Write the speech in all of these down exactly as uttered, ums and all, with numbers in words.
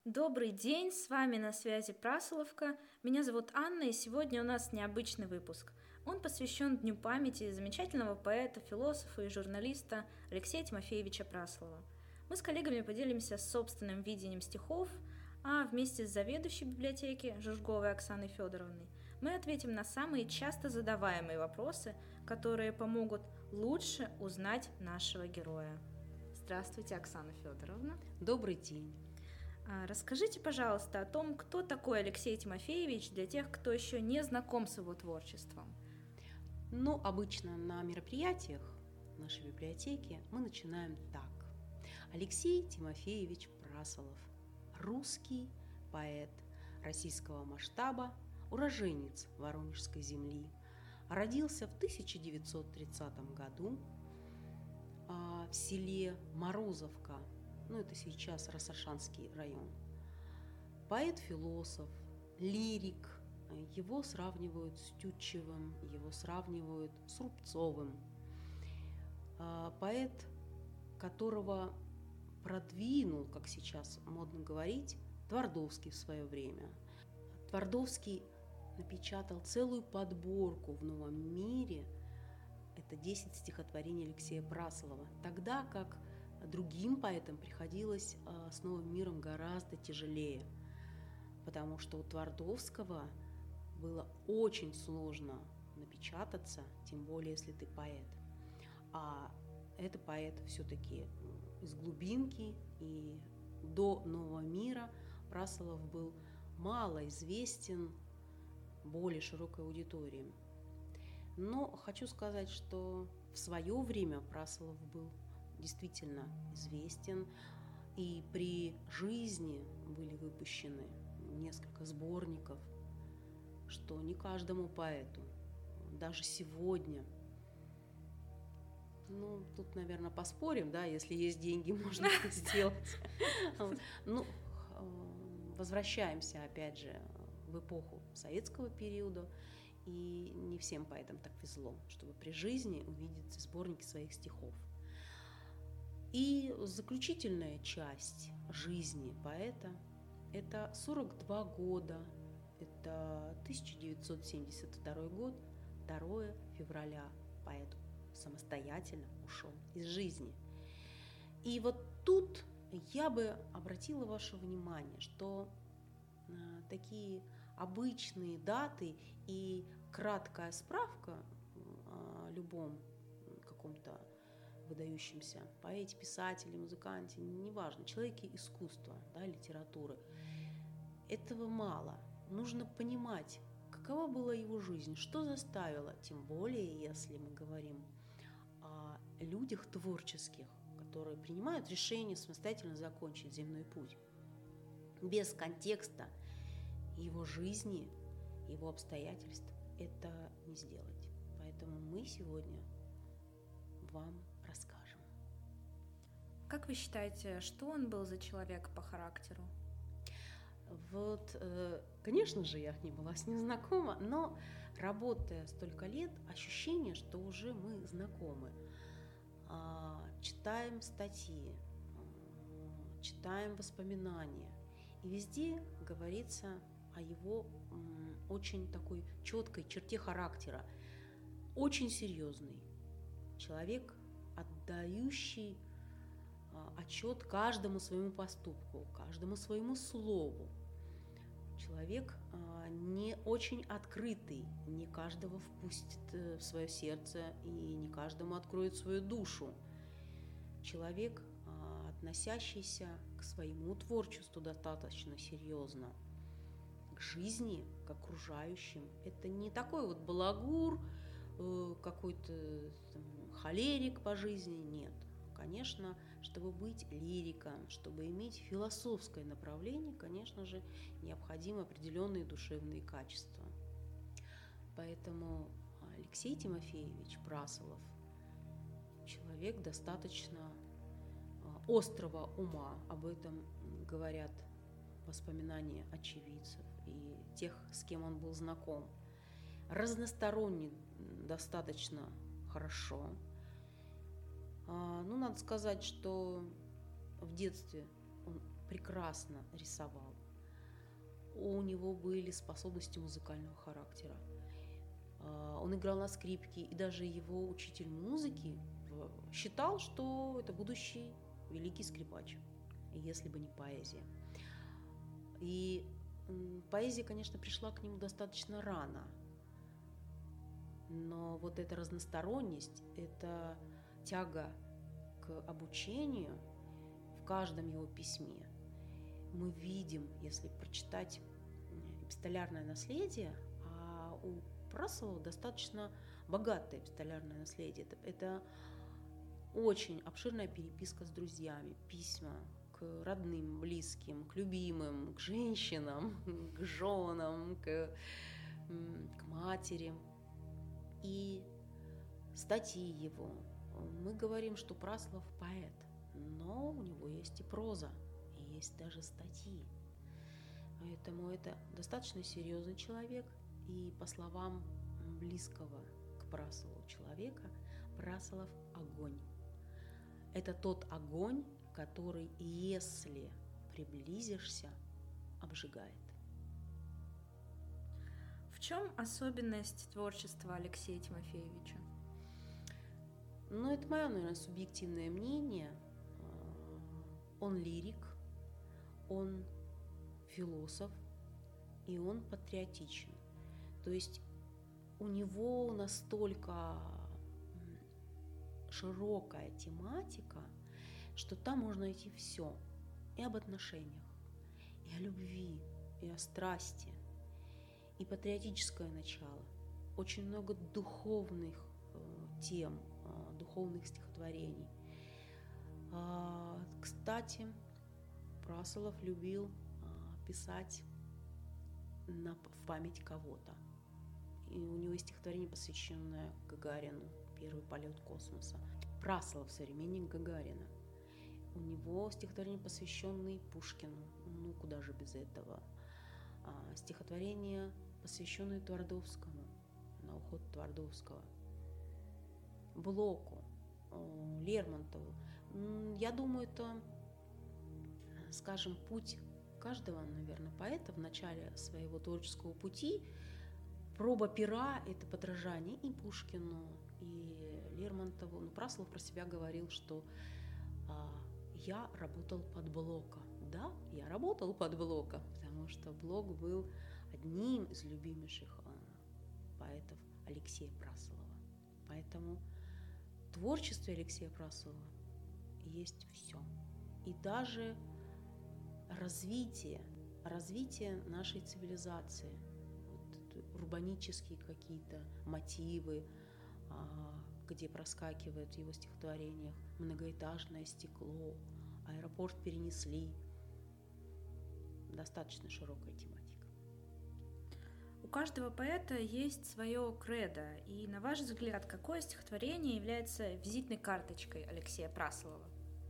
Добрый день, с вами на связи Прасоловка. Меня зовут Анна, и сегодня у нас необычный выпуск. Он посвящен Дню памяти замечательного поэта, философа и журналиста Алексея Тимофеевича Праслова. Мы с коллегами поделимся собственным видением стихов, а вместе с заведующей библиотеки Жужговой Оксаной Федоровной мы ответим на самые часто задаваемые вопросы, которые помогут лучше узнать нашего героя. Здравствуйте, Оксана Федоровна. Добрый день. Расскажите, пожалуйста, о том, кто такой Алексей Тимофеевич для тех, кто еще не знаком с его творчеством. Ну, обычно на мероприятиях нашей библиотеки мы начинаем так. Алексей Тимофеевич Прасолов, русский поэт российского масштаба, уроженец Воронежской земли, родился в тысяча девятьсот тридцатом году в селе Морозовка. Ну, это сейчас Рассашанский район. Поэт-философ, лирик. Его сравнивают с Тютчевым, его сравнивают с Рубцовым. Поэт, которого продвинул, как сейчас модно говорить, Твардовский в свое время. Твардовский напечатал целую подборку в «Новом мире». Это десять стихотворений Алексея Прасолова. Тогда как другим поэтам приходилось с «Новым миром» гораздо тяжелее, потому что у Твардовского было очень сложно напечататься, тем более, если ты поэт. А это поэт все-таки из глубинки, и до «Нового мира» Прасолов был мало известен более широкой аудитории. Но хочу сказать, что в свое время Прасолов был действительно известен, и при жизни были выпущены несколько сборников, что не каждому поэту, даже сегодня. Ну, тут, наверное, поспорим, да, если есть деньги, можно это сделать. Ну, возвращаемся, опять же, в эпоху советского периода, и не всем поэтам так везло, чтобы при жизни увидеть сборники своих стихов. И заключительная часть жизни поэта – это сорок два года, это тысяча девятьсот семьдесят второй год, второго февраля поэт самостоятельно ушел из жизни. И вот тут я бы обратила ваше внимание, что такие обычные даты и краткая справка о любом каком-то выдающемся поэте, писателе, музыканте, неважно, человеке искусства, да, литературы. Этого мало. Нужно понимать, какова была его жизнь, что заставило, тем более, если мы говорим о людях творческих, которые принимают решение самостоятельно закончить земной путь. Без контекста его жизни, его обстоятельств это не сделать. Поэтому мы сегодня вам расскажем. Как вы считаете, что он был за человек по характеру? Вот, конечно же, я не была с ним знакома, но работая столько лет, ощущение, что уже мы знакомы. Читаем статьи, читаем воспоминания, и везде говорится о его очень такой четкой черте характера, очень серьезный человек, отдающий отчет каждому своему поступку, каждому своему слову. Человек не очень открытый, не каждого впустит в свое сердце и не каждому откроет свою душу. Человек, относящийся к своему творчеству достаточно серьезно, к жизни, к окружающим. Это не такой вот балагур, какой-то там холерик по жизни, нет. Конечно, чтобы быть лириком, чтобы иметь философское направление, конечно же, необходимы определенные душевные качества. Поэтому Алексей Тимофеевич Прасолов человек достаточно острого ума, об этом говорят воспоминания очевидцев и тех, с кем он был знаком. Разносторонний достаточно хорошо. Ну, надо сказать, что в детстве он прекрасно рисовал. У него были способности музыкального характера. Он играл на скрипке, и даже его учитель музыки считал, что это будущий великий скрипач, если бы не поэзия. И поэзия, конечно, пришла к нему достаточно рано, но вот эта разносторонность, эта тяга к обучению в каждом его письме мы видим, если прочитать эпистолярное наследие, а у Прасолова достаточно богатое эпистолярное наследие. Это, это очень обширная переписка с друзьями, письма к родным, близким, к любимым, к женщинам, к женам, к, к матери. И статьи его. Мы говорим, что Прасолов поэт, но у него есть и проза, и есть даже статьи. Поэтому это достаточно серьезный человек. И по словам близкого к Прасолову человека, Прасолов – огонь. Это тот огонь, который, если приблизишься, обжигает. В чем особенность творчества Алексея Тимофеевича? Ну, это мое, наверное, субъективное мнение. Он лирик, он философ, и он патриотичен. То есть у него настолько широкая тематика, что там можно найти все. И об отношениях, и о любви, и о страсти, и патриотическое начало. Очень много духовных э, тем, э, духовных стихотворений. А, кстати, Прасолов любил э, писать на, в память кого-то. И у него есть стихотворение, посвященное Гагарину, «Первый полет космоса». Прасолов — современник Гагарина. У него стихотворение, посвященное Пушкину. Ну, куда же без этого? А, стихотворение, посвященное Твардовскому, «На уход Твардовского», Блоку, Лермонтову. Я думаю, это, скажем, путь каждого, наверное, поэта в начале своего творческого пути. Проба пера – это подражание и Пушкину, и Лермонтову. Но Прасолов про себя говорил, что а, я работал под Блока. Да, я работал под Блока, потому что Блок был одним из любимейших а, поэтов Алексея Прасолова. Поэтому в творчестве Алексея Прасолова есть все. И даже развитие, развитие нашей цивилизации, урбанические какие-то мотивы, где проскакивают в его стихотворениях многоэтажное стекло, аэропорт перенесли. Достаточно широкая тематика. У каждого поэта есть свое кредо. И, на ваш взгляд, какое стихотворение является визитной карточкой Алексея Прасолова?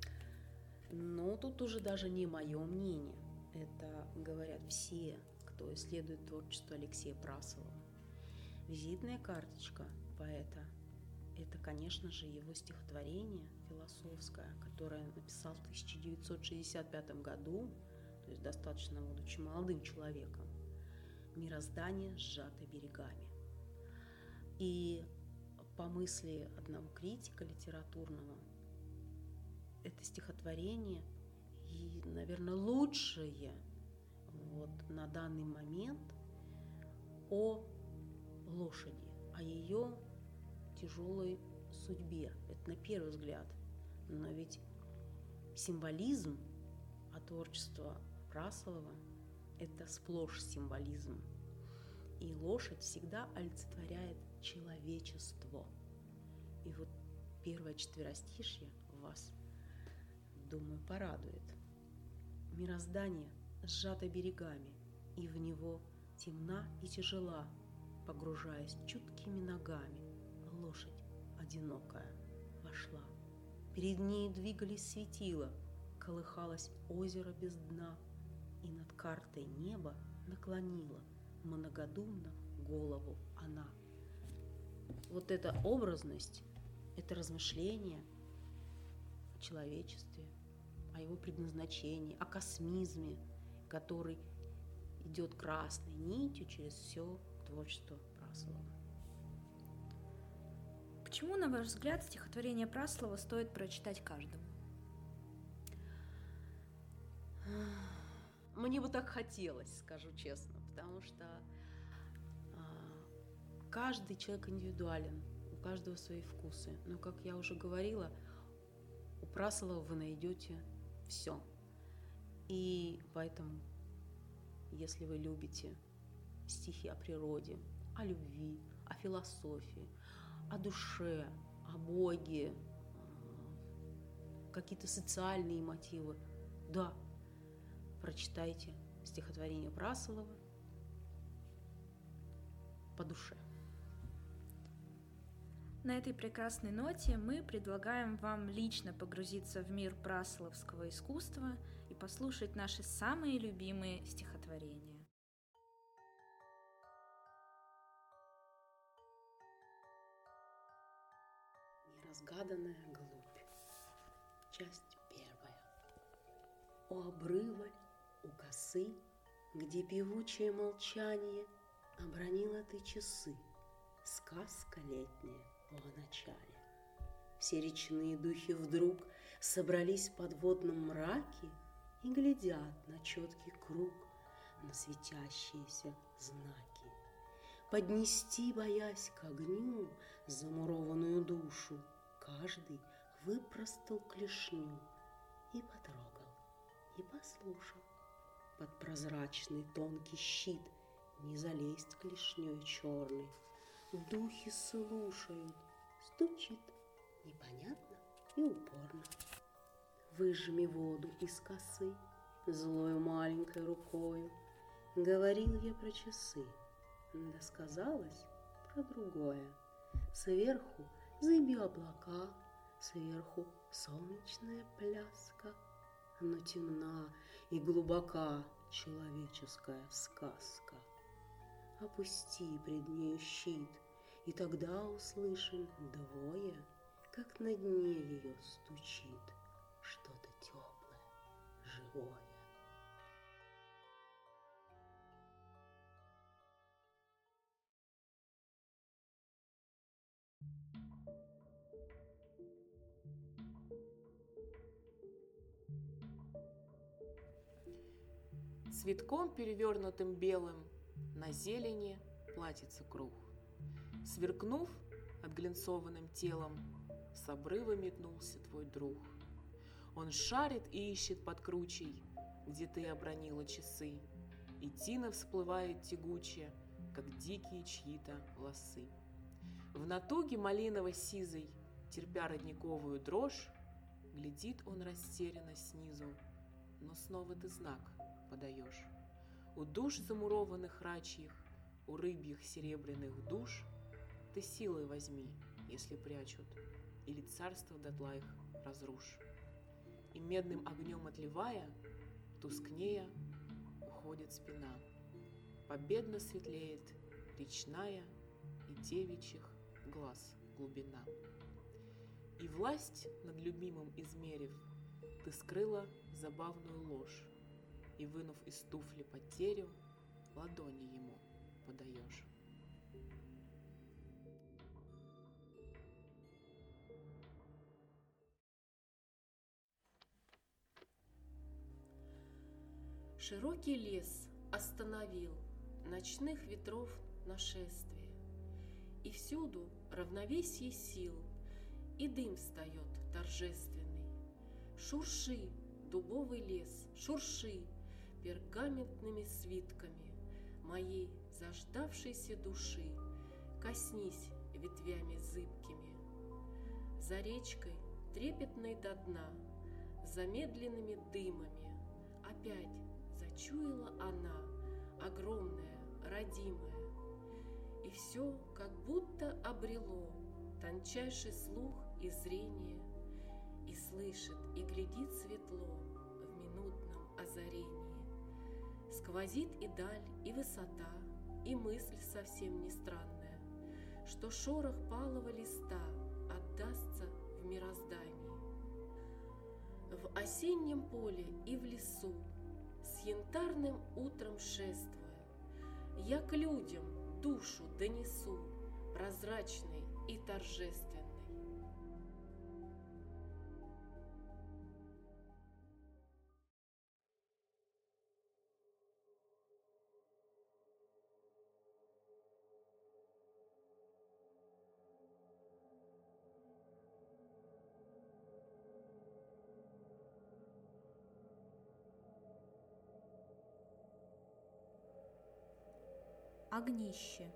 Ну, тут уже даже не мое мнение. Это говорят все, кто исследует творчество Алексея Прасолова. Визитная карточка поэта – это, конечно же, его стихотворение философское, которое он написал в тысяча девятьсот шестьдесят пятом году, то есть достаточно будучи молодым человеком. «Мироздание, сжатое берегами». И по мысли одного критика литературного, это стихотворение, и, наверное, лучшее вот на данный момент о лошади, о ее тяжелой судьбе. Это на первый взгляд. Но ведь символизм, а творчество Прасолова – это сплошь символизм. И лошадь всегда олицетворяет человечество. И вот первое четверостишье вас, думаю, порадует. «Мироздание сжато берегами, и в него темна и тяжела, погружаясь чуткими ногами, лошадь одинокая вошла. Перед ней двигались светила, колыхалось озеро без дна, и над картой неба наклонила многодумно голову она». Вот эта образность, это размышление о человечестве, о его предназначении, о космизме, который идет красной нитью через все творчество Праслова. Почему, на ваш взгляд, стихотворение Праслова стоит прочитать каждому? Мне бы так хотелось, скажу честно, потому что каждый человек индивидуален, у каждого свои вкусы. Но, как я уже говорила, у Праслова вы найдете все. И поэтому, если вы любите стихи о природе, о любви, о философии, о душе, о Боге, какие-то социальные мотивы, да, прочитайте стихотворение Праслова по душе. На этой прекрасной ноте мы предлагаем вам лично погрузиться в мир прасловского искусства и послушать наши самые любимые стихотворения. Неразгаданная глубь. Часть первая. У обрыва, у косы, где певучее молчание, обронила ты часы, сказка летняя в начале. Все речные духи вдруг собрались в подводном мраке и глядят на четкий круг, на светящиеся знаки. Поднести, боясь к огню, замурованную душу, каждый выпростал клешню и потрогал, и послушал. Под прозрачный тонкий щит не залезть клешней черной. Духи слушают, стучит непонятно и упорно. Выжми воду из косы злою маленькой рукою. Говорил я про часы, да сказалось про другое. Сверху зыби облака, сверху солнечная пляска, но темна и глубока человеческая сказка. Опусти пред нею щит, и тогда услышим двое, как на дне ее стучит что-то теплое, живое. Цветком перевернутым белым на зелени платится круг. Сверкнув отглинцованным телом, с обрыва метнулся твой друг. Он шарит и ищет под кручей, где ты обронила часы, и тина всплывает тягуче, как дикие чьи-то лосы. В натуге малиново-сизой, терпя родниковую дрожь, глядит он растерянно снизу, но снова ты знак подаешь. У душ замурованных рачьих, у рыбьих серебряных душ ты силой возьми, если прячут, или царство дотла их разрушь. И медным огнем отливая, тускнея, уходит спина. Победно светлеет речная и девичьих глаз глубина. И власть над любимым измерив, ты скрыла забавную ложь, и, вынув из туфли потерю, ладони ему подаешь. Широкий лес остановил ночных ветров нашествие, и всюду равновесие сил, и дым встает торжественный. Шурши, дубовый лес, шурши пергаментными свитками моей заждавшейся души, коснись ветвями зыбкими. За речкой, трепетной до дна, замедленными дымами, опять зачуяла она, огромная, родимая, и все как будто обрело тончайший слух и зрение, и слышит, и глядит светло в минутном озарении. Сквозит и даль, и высота, и мысль совсем не странная, что шорох палого листа отдастся в мироздании. В осеннем поле и в лесу, с янтарным утром шествуя, я к людям душу донесу, прозрачной и торжественной. Огнище.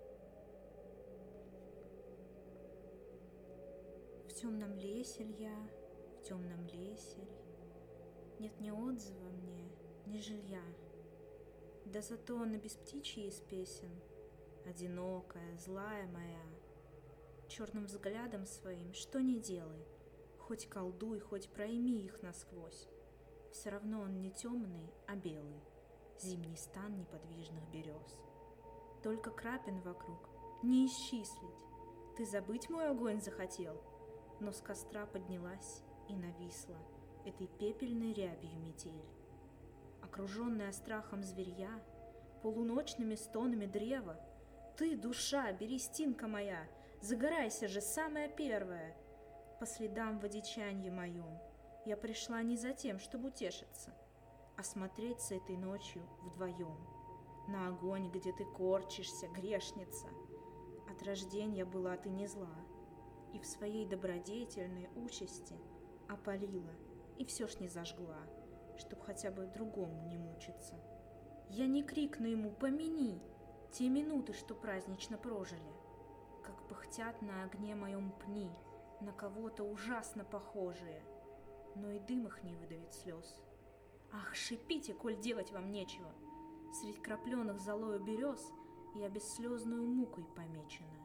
В темном лесе ль я, в темном лесе ль, нет ни отзыва мне, ни жилья. Да зато на бесптичье из песен, одинокая, злая моя, черным взглядом своим что ни делай, хоть колдуй, хоть пройми их насквозь, все равно он не темный, а белый, зимний стан неподвижных берез. Только крапин вокруг не исчислить. Ты забыть мой огонь захотел, но с костра поднялась и нависла этой пепельной рябью метель. Окруженная страхом зверья, полуночными стонами древа, ты, душа, берестинка моя, загорайся же, самая первая. По следам в одичанье моем я пришла не за тем, чтобы утешиться, а смотреть с этой ночью вдвоем на огонь, где ты корчишься, грешница. От рождения была ты не зла, и в своей добродетельной участи опалила, и все ж не зажгла, чтоб хотя бы другому не мучиться. Я не крикну ему «помяни» те минуты, что празднично прожили, как пыхтят на огне моем пни, на кого-то ужасно похожие, но и дым их не выдавит слез. Ах, шипите, коль делать вам нечего! Средь крапленых золою берез я бесслезную мукой помечена.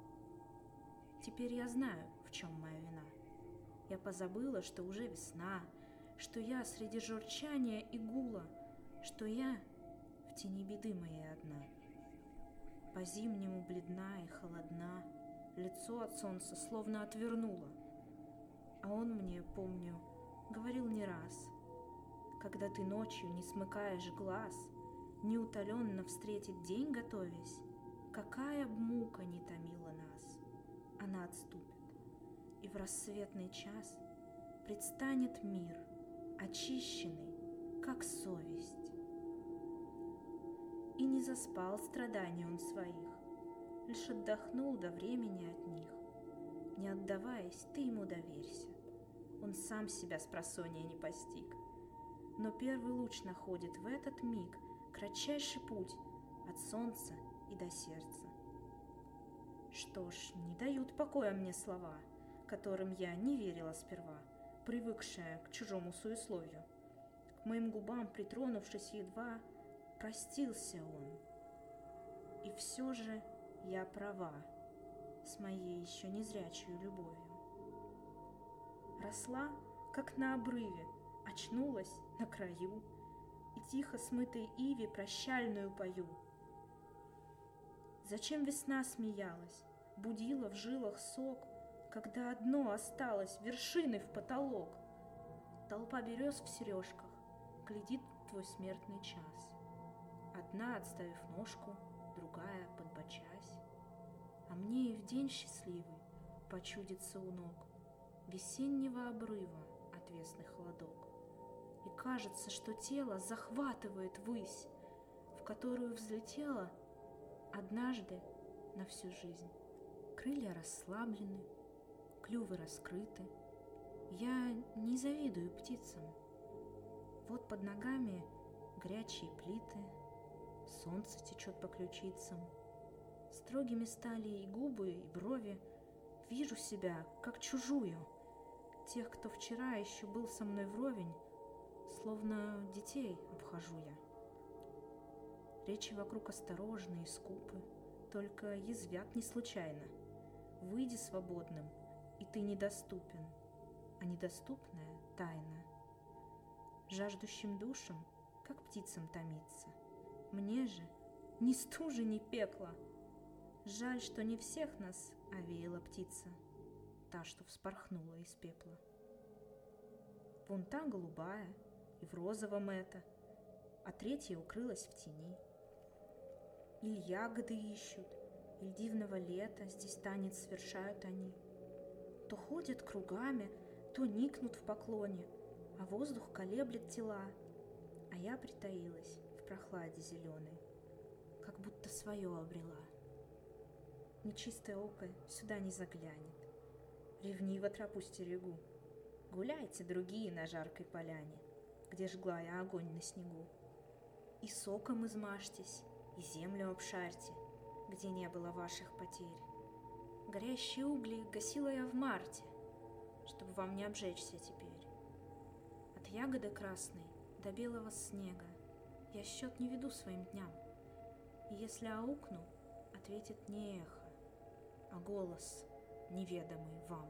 Теперь я знаю, в чем моя вина. Я позабыла, что уже весна, что я среди журчания и гула, что я в тени беды моей одна. По-зимнему бледна и холодна, лицо от солнца словно отвернуло. А он мне, помню, говорил не раз, когда ты ночью не смыкаешь глаз, неутоленно встретить день готовясь, какая б мука не томила нас, она отступит, и в рассветный час предстанет мир, очищенный, как совесть. И не заспал страданий он своих, лишь отдохнул до времени от них. Не отдаваясь, ты ему доверься, он сам себя спросонья не постиг. Но первый луч находит в этот миг кратчайший путь от солнца и до сердца. Что ж, не дают покоя мне слова, которым я не верила сперва, привыкшая к чужому суесловию. К моим губам, притронувшись едва, простился он. И все же я права с моей еще незрячей любовью. Росла, как на обрыве, очнулась на краю, и тихо смытой иве прощальную пою. Зачем весна смеялась, будила в жилах сок, когда одно осталось вершиной в потолок? Толпа берез в сережках глядит твой смертный час, одна отставив ножку, другая подбочась. А мне и в день счастливый почудится у ног весеннего обрыва отвесный холодок. И кажется, что тело захватывает высь, в которую взлетела однажды на всю жизнь. Крылья расслаблены, клювы раскрыты. Я не завидую птицам. Вот под ногами горячие плиты, солнце течет по ключицам. Строгими стали и губы, и брови. Вижу себя, как чужую, тех, кто вчера еще был со мной вровень, словно детей обхожу я. Речи вокруг осторожны и скупы, только язвят не случайно. Выйди свободным, и ты недоступен, а недоступная — тайна. Жаждущим душам, как птицам томиться, мне же ни стужи, ни пекла. Жаль, что не всех нас овеяла птица, та, что вспорхнула из пепла. Вон та голубая, и в розовом это, а третья укрылась в тени. Иль ягоды ищут, иль дивного лета здесь танец совершают они. То ходят кругами, то никнут в поклоне, а воздух колеблет тела, а я притаилась в прохладе зеленой, как будто свое обрела. Нечистое око сюда не заглянет, ревниво тропу стерегу. Гуляйте, другие, на жаркой поляне, где жгла я огонь на снегу. И соком измажьтесь, и землю обшарьте, где не было ваших потерь. Горящие угли гасила я в марте, чтобы вам не обжечься теперь. От ягоды красной до белого снега я счет не веду своим дням. И если аукну, ответит не эхо, а голос, неведомый вам.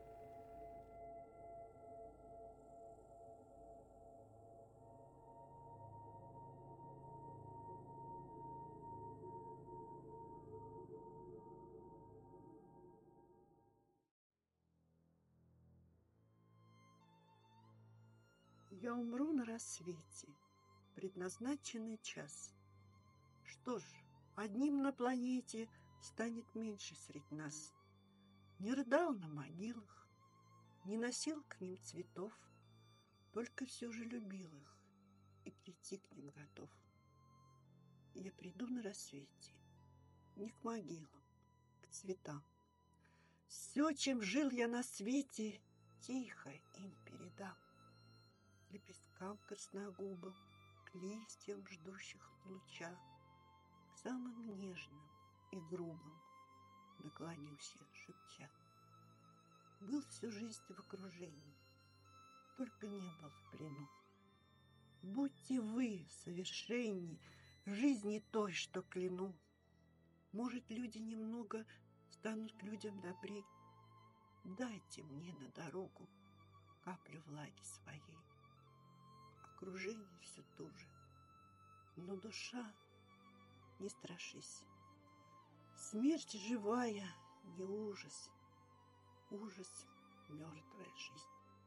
Я умру на рассвете, предназначенный час. Что ж, одним на планете станет меньше среди нас. Не рыдал на могилах, не носил к ним цветов, только все же любил их и прийти к ним готов. Я приду на рассвете, не к могилам, к цветам. Все, чем жил я на свете, тихо им передам. К лепесткам красногубым, к листьям, ждущих луча, к самым нежным и грубым наклонюсь я, шепча. Был всю жизнь в окружении, только не был в плену. Будьте вы совершенней жизни той, что кляну. Может, люди немного станут людям добрей. Дайте мне на дорогу каплю влаги своей. Окружение все туже, но душа, не страшись. Смерть живая, не ужас, ужас — мертвая жизнь.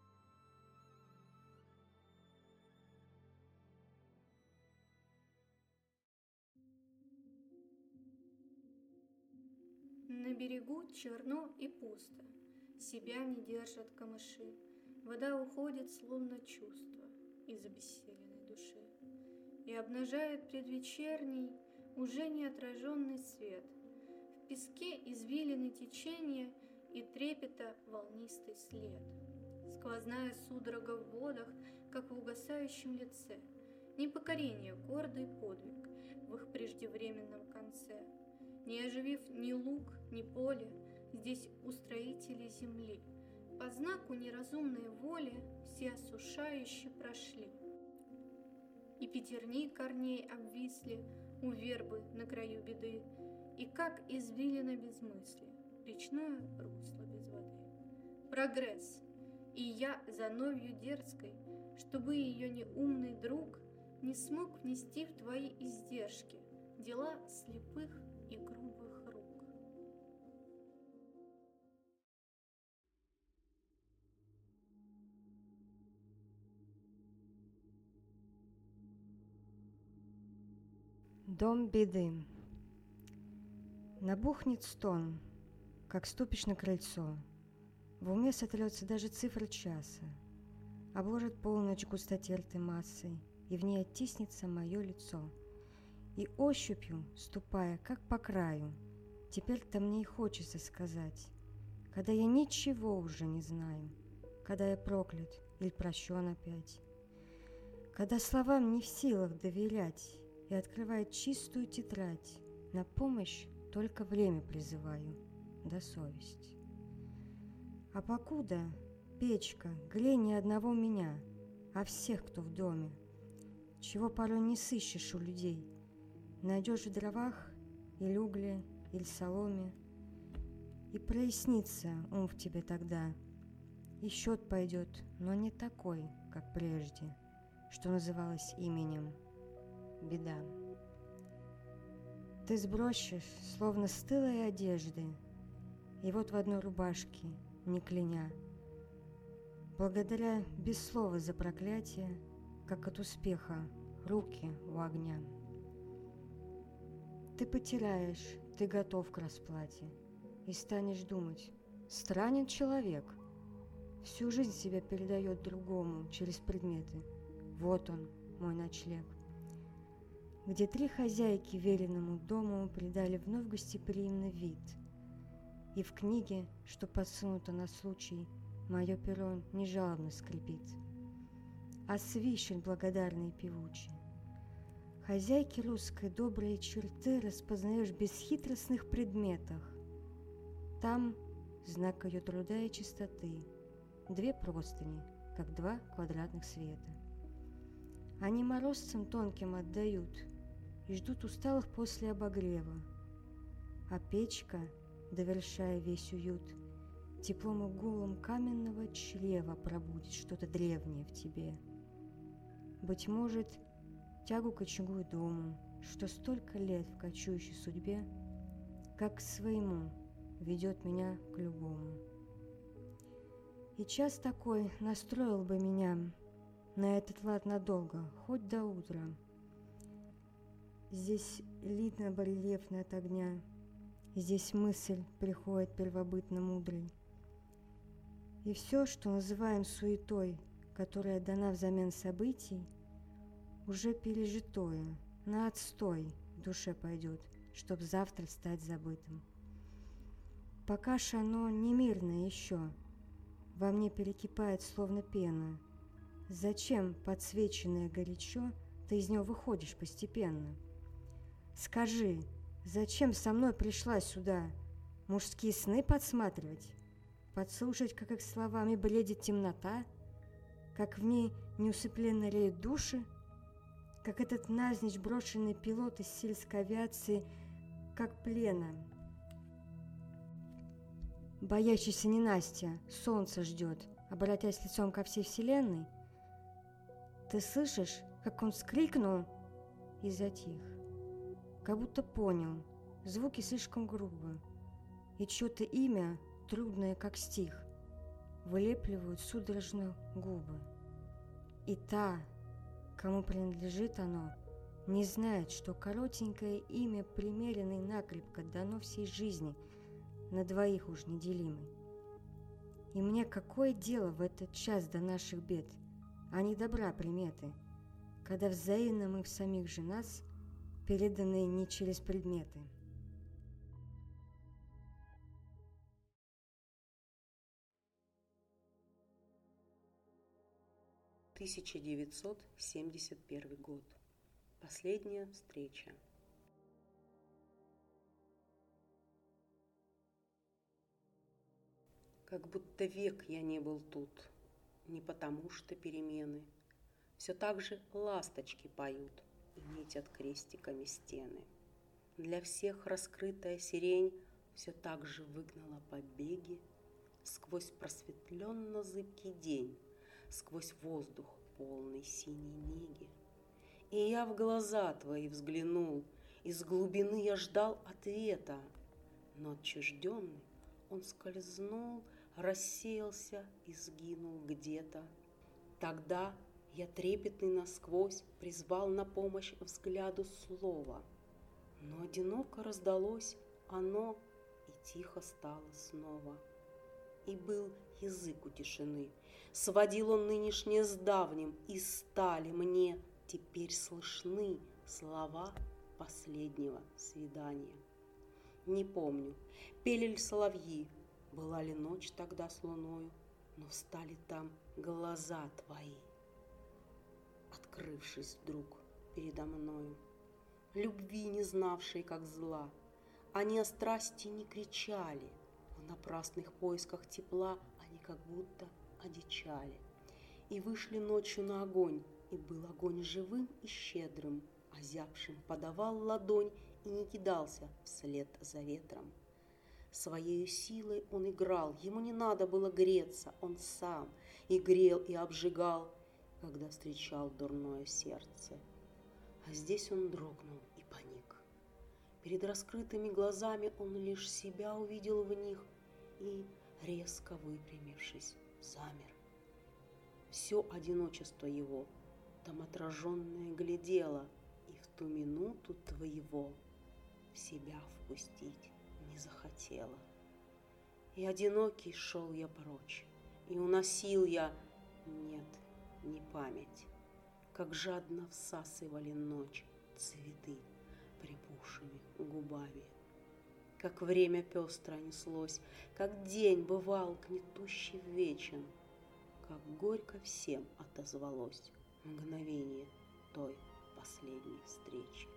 На берегу черно и пусто, себя не держат камыши, вода уходит, словно чувство, из обессиленной души, и обнажает предвечерний, уже не отраженный свет. В песке извилины течения и трепета волнистый след. Сквозная судорога в водах, как в угасающем лице, непокорение, гордый подвиг в их преждевременном конце. Не оживив ни луг, ни поле, здесь устроители земли, по знаку неразумной воли все осушающе прошли. И пятерни корней обвисли у вербы на краю беды, и как извилина безмыслия, речное русло без воды. Прогресс, и я за новью дерзкой, чтобы ее неумный друг не смог внести в твои издержки дела слепых и грубых рук. Дом беды. Набухнет стон, как ступишь на крыльцо. В уме сотрется даже цифра часа. Обложит полночь густотертой массой, и в ней оттиснется мое лицо. И ощупью, ступая, как по краю, теперь-то мне и хочется сказать, когда я ничего уже не знаю, когда я проклят или прощен опять, когда словам не в силах доверять, и открывает чистую тетрадь, на помощь только время призываю, да совесть. А покуда, печка, грей не одного меня, а всех, кто в доме, чего порой не сыщешь у людей, найдешь в дровах или угле, или соломе, и прояснится ум в тебе тогда, и счет пойдет, но не такой, как прежде, что называлось именем беда. Ты сбросишь, словно стылой одежды, и вот в одной рубашке, не кляня, благодаря без слова за проклятие, как от успеха руки у огня. Ты потеряешь, ты готов к расплате, и станешь думать: странен человек, всю жизнь себя передает другому через предметы. Вот он, мой ночлег. Где три хозяйки веренному дому придали вновь гостеприимный вид. И в книге, что подсунуто на случай, мое перо не жалобно скрипит, а свищет благодарный певучий. Хозяйки русской добрые черты распознаешь в бесхитростных предметах. Там знак ее труда и чистоты, две простыни, как два квадратных света. Они морозцам тонким отдают и ждут усталых после обогрева. А печка, довершая весь уют, теплом и гулом каменного чрева пробудет что-то древнее в тебе. Быть может, тягу к очагу и дому, что столько лет в кочующей судьбе, как к своему, ведет меня к любому. И час такой настроил бы меня на этот лад надолго, хоть до утра. Здесь литно барельефно от огня, здесь мысль приходит первобытно мудрой. И все, что называем суетой, которая дана взамен событий, уже пережитое, на отстой в душе пойдет, чтоб завтра стать забытым. Пока ж оно не мирное еще, во мне перекипает словно пена. Зачем, подсвеченное горячо, ты из него выходишь постепенно? Скажи, зачем со мной пришла сюда? Мужские сны подсматривать? Подслушать, как их словами бредит темнота? Как в ней неусыпленно реют души? Как этот навзничь брошенный пилот из сельской авиации, как плена. Боящийся ненастья, солнце ждет, обратясь лицом ко всей вселенной. Ты слышишь, как он вскрикнул и затих, как будто понял, звуки слишком грубо, и чье-то имя, трудное как стих, вылепливают судорожно губы. И та, кому принадлежит оно, не знает, что коротенькое имя, примерено и накрепко, дано всей жизни, на двоих уж неделимой. И мне какое дело в этот час до наших бед, а не добра приметы, когда взаимно мы в самих же нас, переданные не через предметы. тысяча девятьсот семьдесят первый год. Последняя встреча. Как будто век я не был тут, не потому что перемены. Все так же ласточки поют и метят крестиками стены. Для всех раскрытая сирень все так же выгнала побеги сквозь просветленно-зыбкий день, сквозь воздух полный синей неги. И я в глаза твои взглянул, из глубины я ждал ответа, но отчужденный он скользнул, рассеялся и сгинул где-то. Тогда я трепетный насквозь призвал на помощь взгляду слова, но одиноко раздалось оно, и тихо стало снова. И был язык у тишины, сводил он нынешнее с давним, и стали мне теперь слышны слова последнего свидания. Не помню, пели ли соловьи, была ли ночь тогда с луною, но встали там глаза твои, открывшись вдруг передо мною. Любви не знавшей, как зла, они о страсти не кричали, в напрасных поисках тепла они как будто одичали. И вышли ночью на огонь, и был огонь живым и щедрым, озябшим подавал ладонь и не кидался вслед за ветром. Своею силой он играл, ему не надо было греться, он сам и грел, и обжигал, когда встречал дурное сердце. А здесь он дрогнул и паник. Перед раскрытыми глазами он лишь себя увидел в них и, резко выпрямившись, замер. все одиночество его, там отраженное глядело, и в ту минуту твоего в себя впустить не захотела. И одинокий шел я прочь, и уносил я, нет, не память, как жадно всасывали ночь цветы припухшими губами. Как время пестро неслось, как день бывал гнетущий вечен, как горько всем отозвалось мгновение той последней встречи.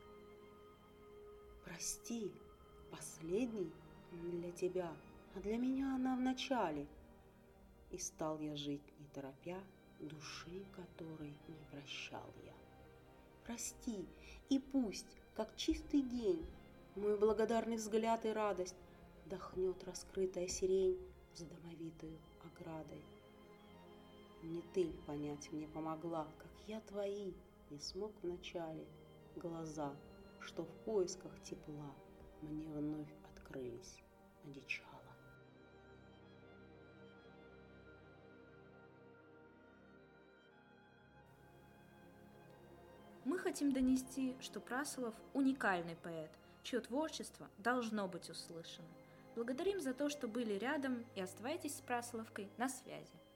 Прости, последний для тебя, а для меня она в начале. И стал я жить, не торопя, души которой не прощал я. Прости, и пусть, как чистый день, мой благодарный взгляд и радость вдохнет раскрытая сирень с домовитою оградой. Не ты ль понять мне помогла, как я твои не смог вначале глаза, что в поисках тепла мне вновь открылись, одичало. Мы хотим донести, что Прасолов – уникальный поэт, чье творчество должно быть услышано. Благодарим за то, что были рядом, и оставайтесь с Прасоловкой на связи.